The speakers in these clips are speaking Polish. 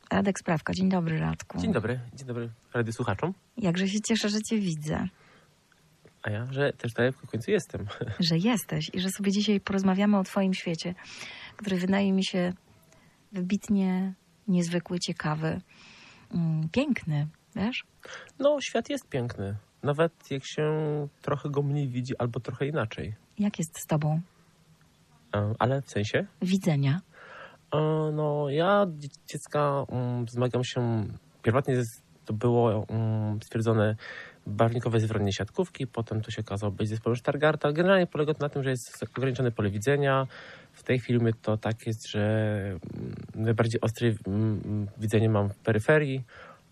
Radek Sprawka. Dzień dobry, Radku. Dzień dobry radiosłuchaczom. Jakże się cieszę, że cię widzę. A ja, że też tutaj w końcu jestem. Że jesteś i że sobie dzisiaj porozmawiamy o twoim świecie, który wydaje mi się wybitnie niezwykły, ciekawy, piękny, wiesz? No, świat jest piękny. Nawet jak się trochę go mniej widzi albo trochę inaczej. Jak jest z tobą? Ale w sensie? Widzenia. No, ja dziecka zmagam się, pierwotnie to było stwierdzone barwnikowe zwrotnie siatkówki, potem to się okazało być zespołem Stargardta. Generalnie polega to na tym, że jest ograniczone pole widzenia. W tej chwili to tak jest, że najbardziej ostre widzenie mam w peryferii.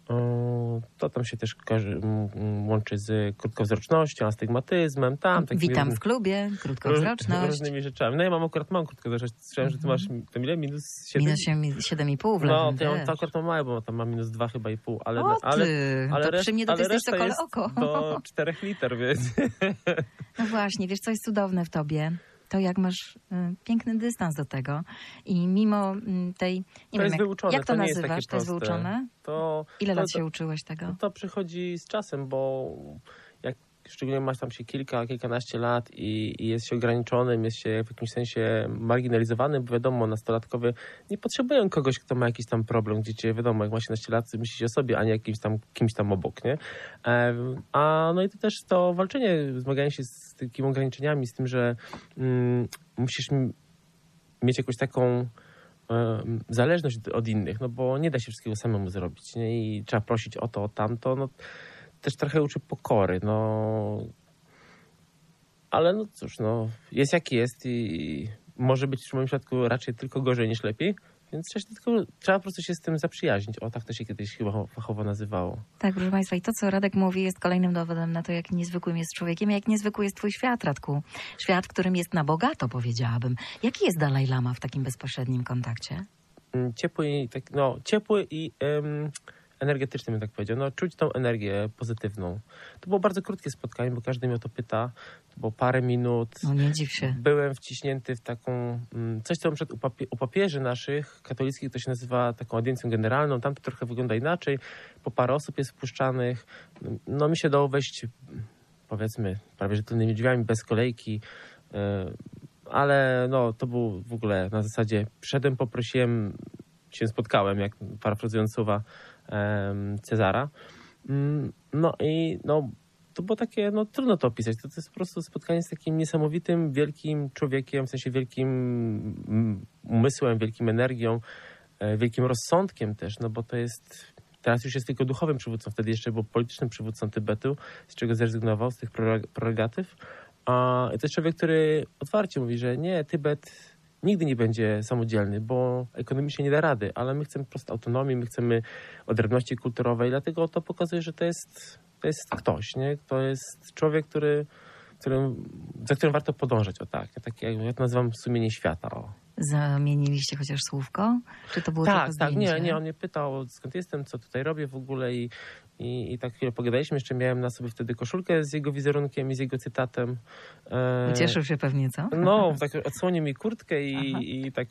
To tam się też łączy z krótkowzrocznością, astygmatyzmem. Witam w klubie, krótkowzroczność. Różnymi rzeczami. No ja mam krótkowzroczność. Słyszałem, że ty masz to ile? Minus 7? Minus 7,5 w No, lewym, to ja to akurat mam małe, bo tam mam minus 2 chyba i pół. Ale to przy mnie to ty jesteś sokole oko. Do 4 liter, więc... No właśnie, wiesz co jest cudowne w tobie? To jak masz piękny dystans do tego i mimo tej... Nie wiem, jak to nazywasz? To jest wyuczone? Ile lat się uczyłeś tego? To przychodzi z czasem, bo jak szczególnie masz tam się kilkanaście lat i jest się ograniczonym, jest się w jakimś sensie marginalizowanym, bo wiadomo, nastolatkowie nie potrzebują kogoś, kto ma jakiś tam problem, gdzie cię, wiadomo, jak ma 17 lat, myślisz o sobie, a nie kimś tam obok, nie? No i to też to walczenie, zmaganie się z takimi ograniczeniami, z tym, że musisz mieć jakąś taką zależność od innych, no bo nie da się wszystkiego samemu zrobić, nie? I trzeba prosić o to, o tamto, no też trochę uczy pokory, no. Ale no cóż, no, jest jaki jest i może być w moim przypadku raczej tylko gorzej niż lepiej, więc trzeba po prostu się z tym zaprzyjaźnić. O, tak to się kiedyś chyba fachowo nazywało. Tak, proszę Państwa, i to, co Radek mówi, jest kolejnym dowodem na to, jak niezwykłym jest człowiekiem, jak niezwykły jest twój świat, Radku. Świat, w którym jest na bogato, powiedziałabym. Jaki jest Dalaj Lama w takim bezpośrednim kontakcie? Ciepły i energetyczny, bym tak powiedział. No, czuć tą energię pozytywną. To było bardzo krótkie spotkanie, bo każdy mnie o to pyta. To było parę minut. No nie dziw się. Byłem wciśnięty w taką... Coś, co u papieży naszych katolickich to się nazywa taką audiencją generalną. Tam to trochę wygląda inaczej. Po parę osób jest wpuszczanych. No mi się dało wejść, powiedzmy, prawie że tylnymi drzwiami, bez kolejki. Ale no, to było w ogóle na zasadzie przyszedłem, poprosiłem, się spotkałem, jak parafrazując słowa Cezara. No i no, to było takie, no trudno to opisać. To jest po prostu spotkanie z takim niesamowitym, wielkim człowiekiem, w sensie wielkim umysłem, wielkim energią, wielkim rozsądkiem też, no bo to jest, teraz już jest tylko duchowym przywódcą, wtedy jeszcze był politycznym przywódcą Tybetu, z czego zrezygnował, z tych prerogatyw. I to jest człowiek, który otwarcie mówi, że nie, Tybet nigdy nie będzie samodzielny, bo ekonomicznie nie da rady, ale my chcemy po prostu autonomii, my chcemy odrębności kulturowej, dlatego to pokazuje, że to jest ktoś, nie? To jest człowiek, za którym warto podążać, o tak. Takie, ja to nazywam sumienie świata, o. Zamieniliście chociaż słówko? Czy to było tylko zdjęcie? Tak, nie, on mnie pytał, skąd jestem, co tutaj robię w ogóle i tak chwilę pogadaliśmy. Jeszcze miałem na sobie wtedy koszulkę z jego wizerunkiem i z jego cytatem. Ucieszył się pewnie, co? No, tak odsłonił mi kurtkę i tak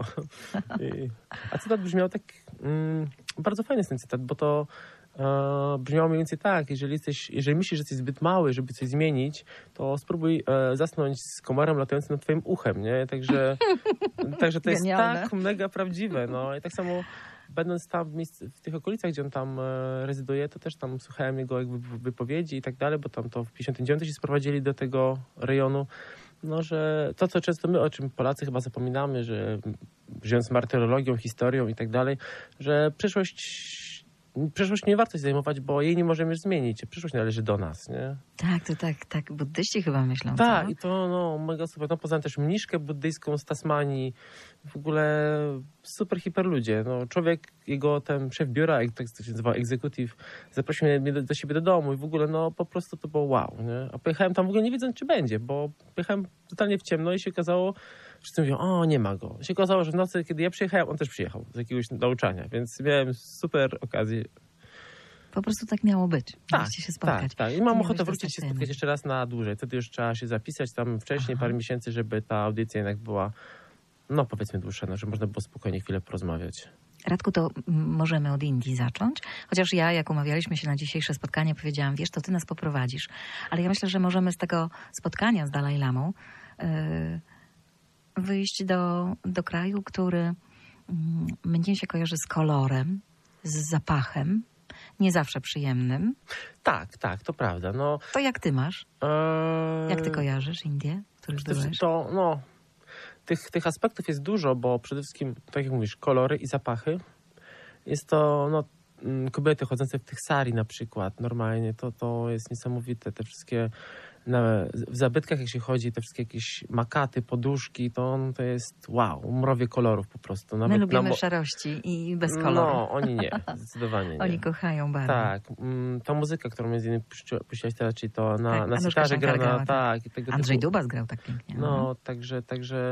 A cytat brzmiał tak... bardzo fajny jest ten cytat, bo to brzmiało mniej więcej tak, jeżeli myślisz, że jesteś zbyt mały, żeby coś zmienić, to spróbuj zasnąć z komarem latającym nad twoim uchem, nie? Także to jest tak mega prawdziwe, no. I tak samo będąc tam w tych okolicach, gdzie on tam rezyduje, to też tam słuchałem jego jakby wypowiedzi i tak dalej, bo tam to w 59 się sprowadzili do tego rejonu. No, że to, co często my, o czym Polacy chyba zapominamy, że żyjąc martyrologią, historią i tak dalej, że przyszłość nie warto się zajmować, bo jej nie możemy już zmienić. Przyszłość należy do nas, nie? Tak, to tak buddyści chyba myślą. Tak, co? i to no mega super. No, poznałem też mniszkę buddyjską z Tasmanii. W ogóle super, hiper ludzie. No, człowiek, jego ten szef biura, tak to się nazywa executive, zaprosił mnie do siebie do domu i w ogóle no po prostu to było wow, nie? A pojechałem tam w ogóle nie wiedząc, czy będzie, bo pojechałem totalnie w ciemno i się okazało, wszyscy mówią, o nie ma go. I się okazało, że w nocy, kiedy ja przyjechałem, on też przyjechał z jakiegoś nauczania, więc miałem super okazję. Po prostu tak miało być. Musicie się spotkać. Tak. I mam ochotę wrócić się spotkać jeszcze raz na dłużej. Wtedy już trzeba się zapisać tam wcześniej, parę miesięcy, żeby ta audycja jednak była, no powiedzmy dłuższa, no, żeby można było spokojnie chwilę porozmawiać. Radku, to możemy od Indii zacząć. Chociaż ja, jak umawialiśmy się na dzisiejsze spotkanie, powiedziałam, wiesz, to ty nas poprowadzisz. Ale ja myślę, że możemy z tego spotkania z Dalaj Lamą wyjść do kraju, który mnie się kojarzy z kolorem, z zapachem, nie zawsze przyjemnym. Tak, to prawda. No, to jak ty masz? Jak ty kojarzysz Indię, w której byłeś? Tych aspektów jest dużo, bo przede wszystkim, tak jak mówisz, kolory i zapachy. Jest to, kobiety chodzące w tych sari na przykład, normalnie, to jest niesamowite. Te wszystkie, w zabytkach jak się chodzi, te wszystkie jakieś makaty, poduszki, to jest wow, mrowie kolorów po prostu. Nawet my lubimy szarości i bez koloru. No, oni nie, zdecydowanie nie. Oni kochają bardzo. Tak, ta muzyka, którą między innymi puściłaś teraz, czyli to na sytarze grana, tak. I tego Andrzej Dubas grał tak pięknie. No, także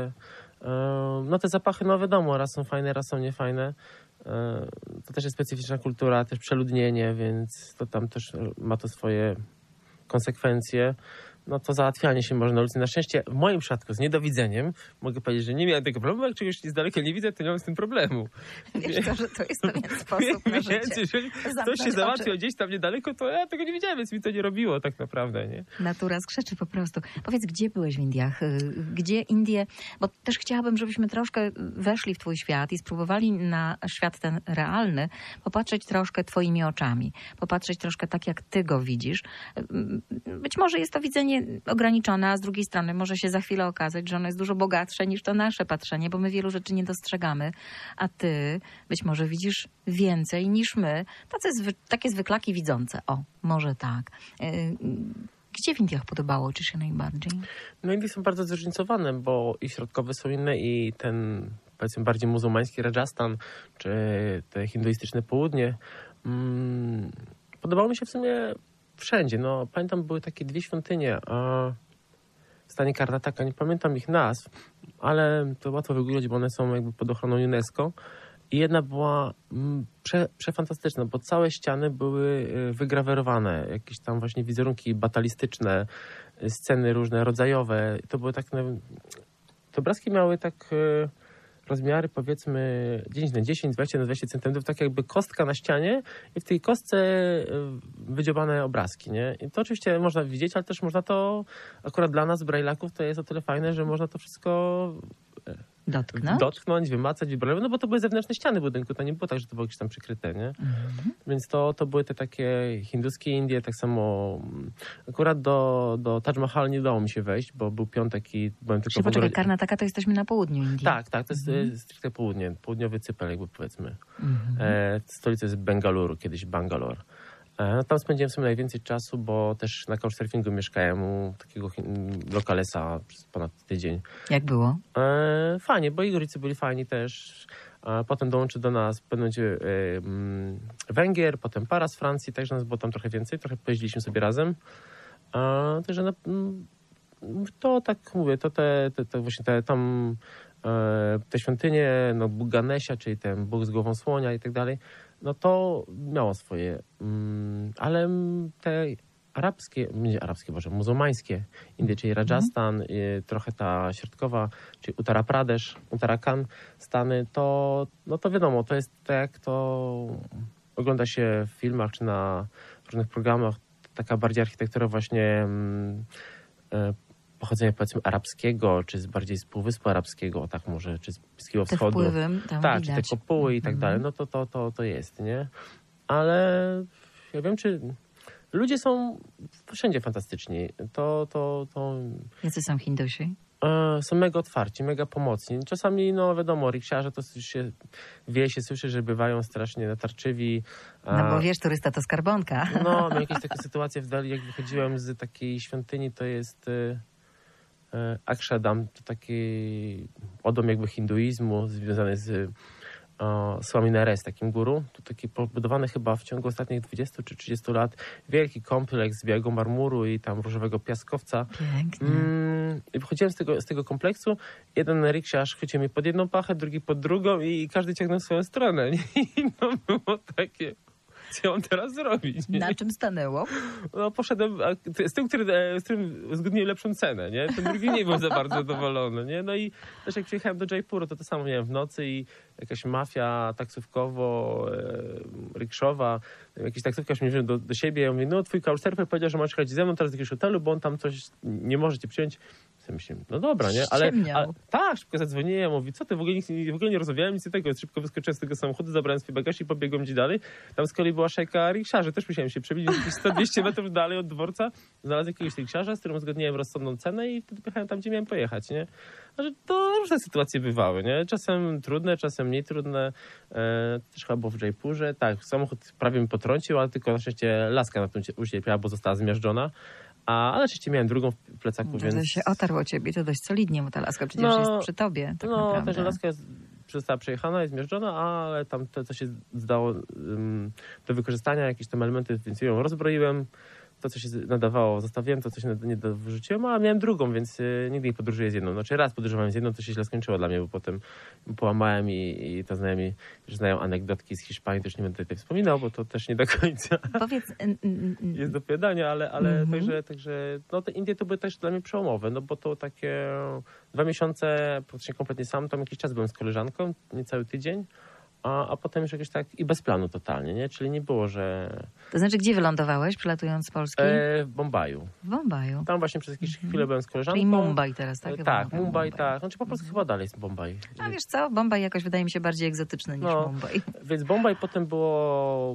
te zapachy, no wiadomo, raz są fajne, raz są niefajne. To też jest specyficzna kultura, też przeludnienie, więc to tam też ma to swoje konsekwencje. No to załatwianie się można na ulicy. Na szczęście w moim przypadku z niedowidzeniem mogę powiedzieć, że nie miałem tego problemu. Jak czegoś z daleka nie widzę, to nie mam z tym problemu. Wiesz to, że to jest pewien sposób na życie. Więc jeżeli ktoś się załatwiał gdzieś tam niedaleko, to ja tego nie widziałem, więc mi to nie robiło tak naprawdę. Nie? Natura skrzeczy po prostu. Powiedz, gdzie byłeś w Indiach? Gdzie Indie? Bo też chciałabym, żebyśmy troszkę weszli w twój świat i spróbowali na świat ten realny popatrzeć troszkę twoimi oczami. Popatrzeć troszkę tak, jak ty go widzisz. Być może jest to widzenie ograniczone, a z drugiej strony może się za chwilę okazać, że ono jest dużo bogatsze niż to nasze patrzenie, bo my wielu rzeczy nie dostrzegamy, a ty być może widzisz więcej niż my. Takie zwyklaki widzące. O, może tak. Gdzie w Indiach podobało ci się najbardziej? No Indie są bardzo zróżnicowane, bo i środkowe są inne i ten, powiedzmy, bardziej muzułmański Rajasthan, czy te hinduistyczne południe. Podobało mi się w sumie wszędzie. No, pamiętam, były takie 2 świątynie w stanie Karnataka. Nie pamiętam ich nazw, ale to łatwo wygooglać, bo one są jakby pod ochroną UNESCO. I jedna była przefantastyczna, bo całe ściany były wygrawerowane. Jakieś tam właśnie wizerunki batalistyczne, sceny różne, rodzajowe. To były tak... Te obrazki miały tak... rozmiary powiedzmy 10 na 10, 20 na 20 centymetrów, tak jakby kostka na ścianie i w tej kostce wydziobane obrazki, nie? I to oczywiście można widzieć, ale też można to, akurat dla nas, brajlaków, to jest o tyle fajne, że można to wszystko dotknąć, wymacać, wibrować, no bo to były zewnętrzne ściany budynku, to nie było tak, że to było jakieś tam przykryte, nie? Więc to były te takie hinduskie Indie, tak samo akurat do Taj Mahal nie udało mi się wejść, bo był piątek i byłem tylko poczekaj, Karnataka to jesteśmy na południu Indii. Tak, to jest stricte południe, południowy Cypel jakby powiedzmy. Stolica jest Bengaluru, kiedyś Bangalore. No, tam spędziłem sobie najwięcej czasu, bo też na couchsurfingu mieszkałem u takiego lokalesa przez ponad tydzień. Jak było? Fajnie, bo Igoricy byli fajni też. Potem dołączy do nas w pewnym momencie Węgier, potem para z Francji, także nas było tam trochę więcej. Trochę pojeździliśmy sobie razem. Także to tak mówię, to właśnie tam te świątynie, no Bóg Ganesha, czyli ten Bóg z głową słonia i tak dalej, no to miało swoje, ale te muzułmańskie Indie, czyli Rajasthan, trochę ta środkowa, czyli Uttarakhand, Stany, to wiadomo, to jest tak jak to ogląda się w filmach czy na różnych programach, taka bardziej architektura właśnie pochodzenia powiedzmy arabskiego, czy bardziej z Półwyspu Arabskiego, tak może, czy z Bliskiego Wschodu. Wpływy tam tak, widać. Czy te kopuły i tak dalej, no to jest, nie? Ale ja wiem, czy ludzie są wszędzie fantastyczni. Jacy są Hindusi? Są mega otwarci, mega pomocni. Czasami, no wiadomo, riksiarze to się słyszy, że bywają strasznie natarczywi. No bo wiesz, turysta to skarbonka. No, jakieś takie sytuacje w Dali, jak wychodziłem z takiej świątyni, to jest Akshardham, to taki odom jakby hinduizmu związany z Swaminarayan, takim guru. To taki pobudowany chyba w ciągu ostatnich 20 czy 30 lat wielki kompleks z białego marmuru i tam różowego piaskowca. Pięknie. I wychodziłem z tego kompleksu. Jeden riksiarz chwycił mnie pod jedną pachę, drugi pod drugą i każdy ciągnął w swoją stronę. I no było takie... co ja mam teraz zrobić? Nie? Na czym stanęło? No poszedłem z tym, z którym uzgodniłem lepszą cenę, nie? Ten drugi nie był za bardzo zadowolony, nie? No i też jak przyjechałem do Jaipuru, to samo miałem w nocy i jakaś mafia taksówkowo-rikszowa, jakiś taksówkarz mnie wziął do siebie. Ja mówię, no twój couchsurfer powiedział, że masz jechać ze mną teraz do jakiegoś hotelu, bo on tam coś nie może cię przyjąć. Ja myślę, no dobra, nie? Ale tak, szybko zadzwoniłem, mówi, co ty, w ogóle nie rozmawiałem, nic tego. Szybko wyskoczyłem z tego samochodu, zabrałem swój bagaż i pobiegłem gdzieś dalej. Tam z kolei była szajka riksiarzy, też musiałem się przebić, jakieś 100-200 metrów dalej od dworca. Znalazłem jakiegoś riksiarza, z którym uzgodniłem rozsądną cenę i wtedy pojechałem tam, gdzie miałem pojechać, nie? Znaczy, to różne sytuacje bywały, nie? Czasem trudne, czasem mniej trudne. Też chyba było w Jaipurze. Tak, samochód prawie mi potrącił, ale tylko na szczęście laska na tym ucierpiała, bo została zmiażdżona. Ale oczywiście miałem drugą w plecaku, więc... To się otarło o ciebie, to dość solidnie, bo ta laska przecież jest przy tobie, tak naprawdę. No, laska została przejechana, jest zmiażdżona, ale tam to, co się zdało do wykorzystania, jakieś tam elementy, więc ją rozbroiłem. To, co się nadawało, zostawiłem, to, co się nie wyrzuciłem, a miałem drugą, więc nigdy nie podróżuję z jedną. Znaczy raz podróżowałem z jedną, to się źle skończyło dla mnie, bo potem połamałem i to znajomi, że znają anegdotki z Hiszpanii, też nie będę tutaj wspominał, bo to też nie do końca Powiedz, jest do opowiadania, ale także no te Indie to były też dla mnie przełomowe, no bo to takie 2 miesiące, praktycznie kompletnie sam, tam jakiś czas byłem z koleżanką, niecały tydzień, a potem już jakoś tak i bez planu totalnie, nie? Czyli nie było, że... To znaczy, gdzie wylądowałeś, przylatując z Polski? W Bombaju. W Bombaju. Tam właśnie przez jakieś chwilę byłem z koleżanką. Czyli Mumbai teraz, tak? Tak, Mumbai, tak. Znaczy po prostu chyba dalej jest Bombaj. A wiesz co, Bombaj jakoś wydaje mi się bardziej egzotyczny niż Mumbai. Więc Bombaj, potem było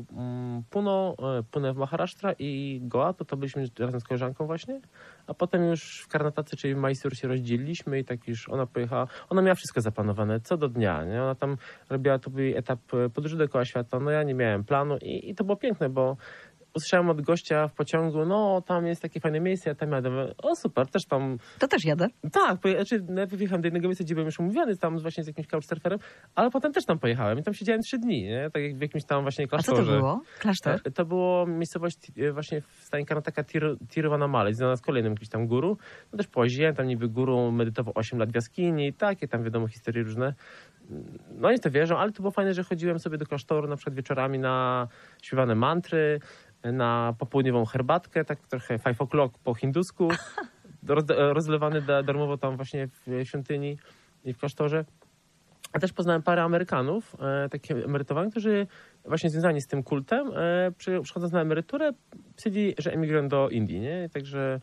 Pune w Maharashtra i Goa, to byliśmy razem z koleżanką właśnie. A potem już w Karnatace, czyli w Mysore się rozdzieliliśmy i tak już ona pojechała. Ona miała wszystko zaplanowane, co do dnia, nie? Ona tam robiła, to był etap podróży dookoła świata. No ja nie miałem planu i to było piękne, bo usłyszałem od gościa w pociągu, no tam jest takie fajne miejsce, ja tam jadę. O super, też tam... To też jadę. Tak, najpierw jechałem do jednego miejsca, gdzie byłem już umówiony tam właśnie z jakimś couchsurferem, ale potem też tam pojechałem i tam siedziałem 3 dni, nie? Tak jak w jakimś tam właśnie klasztorze. A co to było? Klasztor? To było miejscowość właśnie w stanie Karnataka Tiruvannamalai, związana z kolejnym jakimś tam guru. No też pojeździłem, tam niby guru medytował 8 lat w jaskini i takie tam wiadomo historie różne. No nie to wierzą, ale to było fajne, że chodziłem sobie do klasztoru na przykład wieczorami na śpiewane mantry, na popołudniową herbatkę, tak trochę 5 o'clock po hindusku, rozlewany darmowo tam właśnie w świątyni i w klasztorze. A też poznałem parę Amerykanów, takich emerytowanych, którzy właśnie związani z tym kultem, przychodząc na emeryturę, pisali, że emigrują do Indii, nie? Także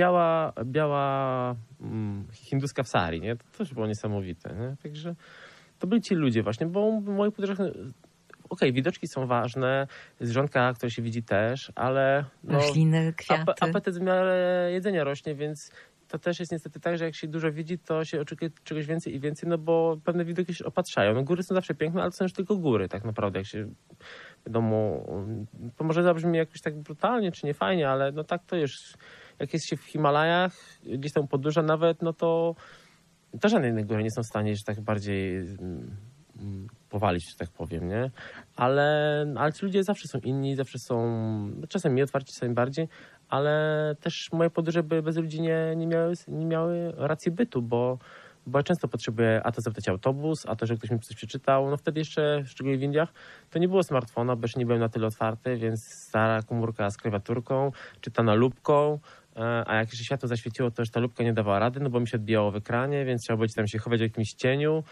biała hinduska w sari, nie? To też było niesamowite, nie? Także to byli ci ludzie właśnie, bo w moich podróżach widoczki są ważne, zwierzątka, które się widzi też, ale rośliny, kwiaty. Apetyt w miarę jedzenia rośnie, więc to też jest niestety tak, że jak się dużo widzi, to się oczekuje czegoś więcej i więcej, no bo pewne widoki się opatrzają. No góry są zawsze piękne, ale to są już tylko góry tak naprawdę, jak się wiadomo, to może zabrzmi jakoś tak brutalnie czy nie fajnie, ale no tak to już, jak jest się w Himalajach, gdzieś tam podróża nawet, no to żadne inne góry nie są w stanie, że tak bardziej powalić, że tak powiem, nie? Ale ci ludzie zawsze są inni, zawsze są czasem mniej otwarci, czasem bardziej, ale też moje podróże bez ludzi nie miały racji bytu, bo ja często potrzebuję a to zapytać autobus, a to, żeby ktoś mi coś przeczytał. No wtedy jeszcze, szczególnie w Indiach, to nie było smartfona, bo jeszcze nie byłem na tyle otwarty, więc stara komórka z klawiaturką, czytana lupką, a jak się światło zaświeciło, to już ta lupka nie dawała rady, no bo mi się odbijało w ekranie, więc trzeba było tam się chować w jakimś cieniu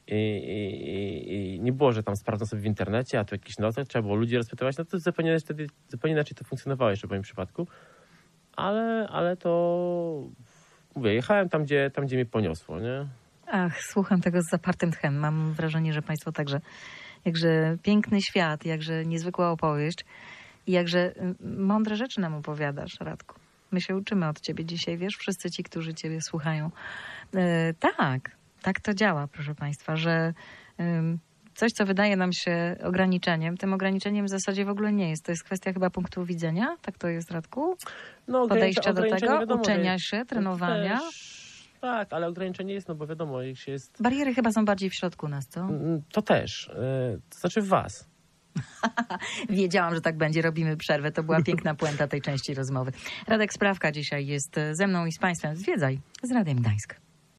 i nie było, że tam sprawdzam sobie w internecie, a tu jakiś notek, trzeba było ludzi rozpytywać, no to zupełnie inaczej to funkcjonowało jeszcze w moim przypadku, ale to mówię, jechałem tam, gdzie mnie poniosło, nie? Ach, słucham tego z zapartym tchem. Mam wrażenie, że państwo także, jakże piękny świat, jakże niezwykła opowieść i jakże mądre rzeczy nam opowiadasz, Radku. My się uczymy od ciebie dzisiaj, wiesz, wszyscy ci, którzy ciebie słuchają. Tak to działa, proszę państwa, że coś, co wydaje nam się ograniczeniem, tym ograniczeniem w zasadzie w ogóle nie jest. To jest kwestia chyba punktu widzenia, tak to jest, Radku? No, podejścia do tego, wiadomo, uczenia się, trenowania. Tak, ale ograniczenie jest, no bo wiadomo, jeśli się jest... Bariery chyba są bardziej w środku nas, co? To też. To znaczy w was. Wiedziałam, że tak będzie. Robimy przerwę. To była piękna puenta tej części rozmowy. Radek Sprawka dzisiaj jest ze mną i z państwem. Zwiedzaj z Radiem Gdańsk.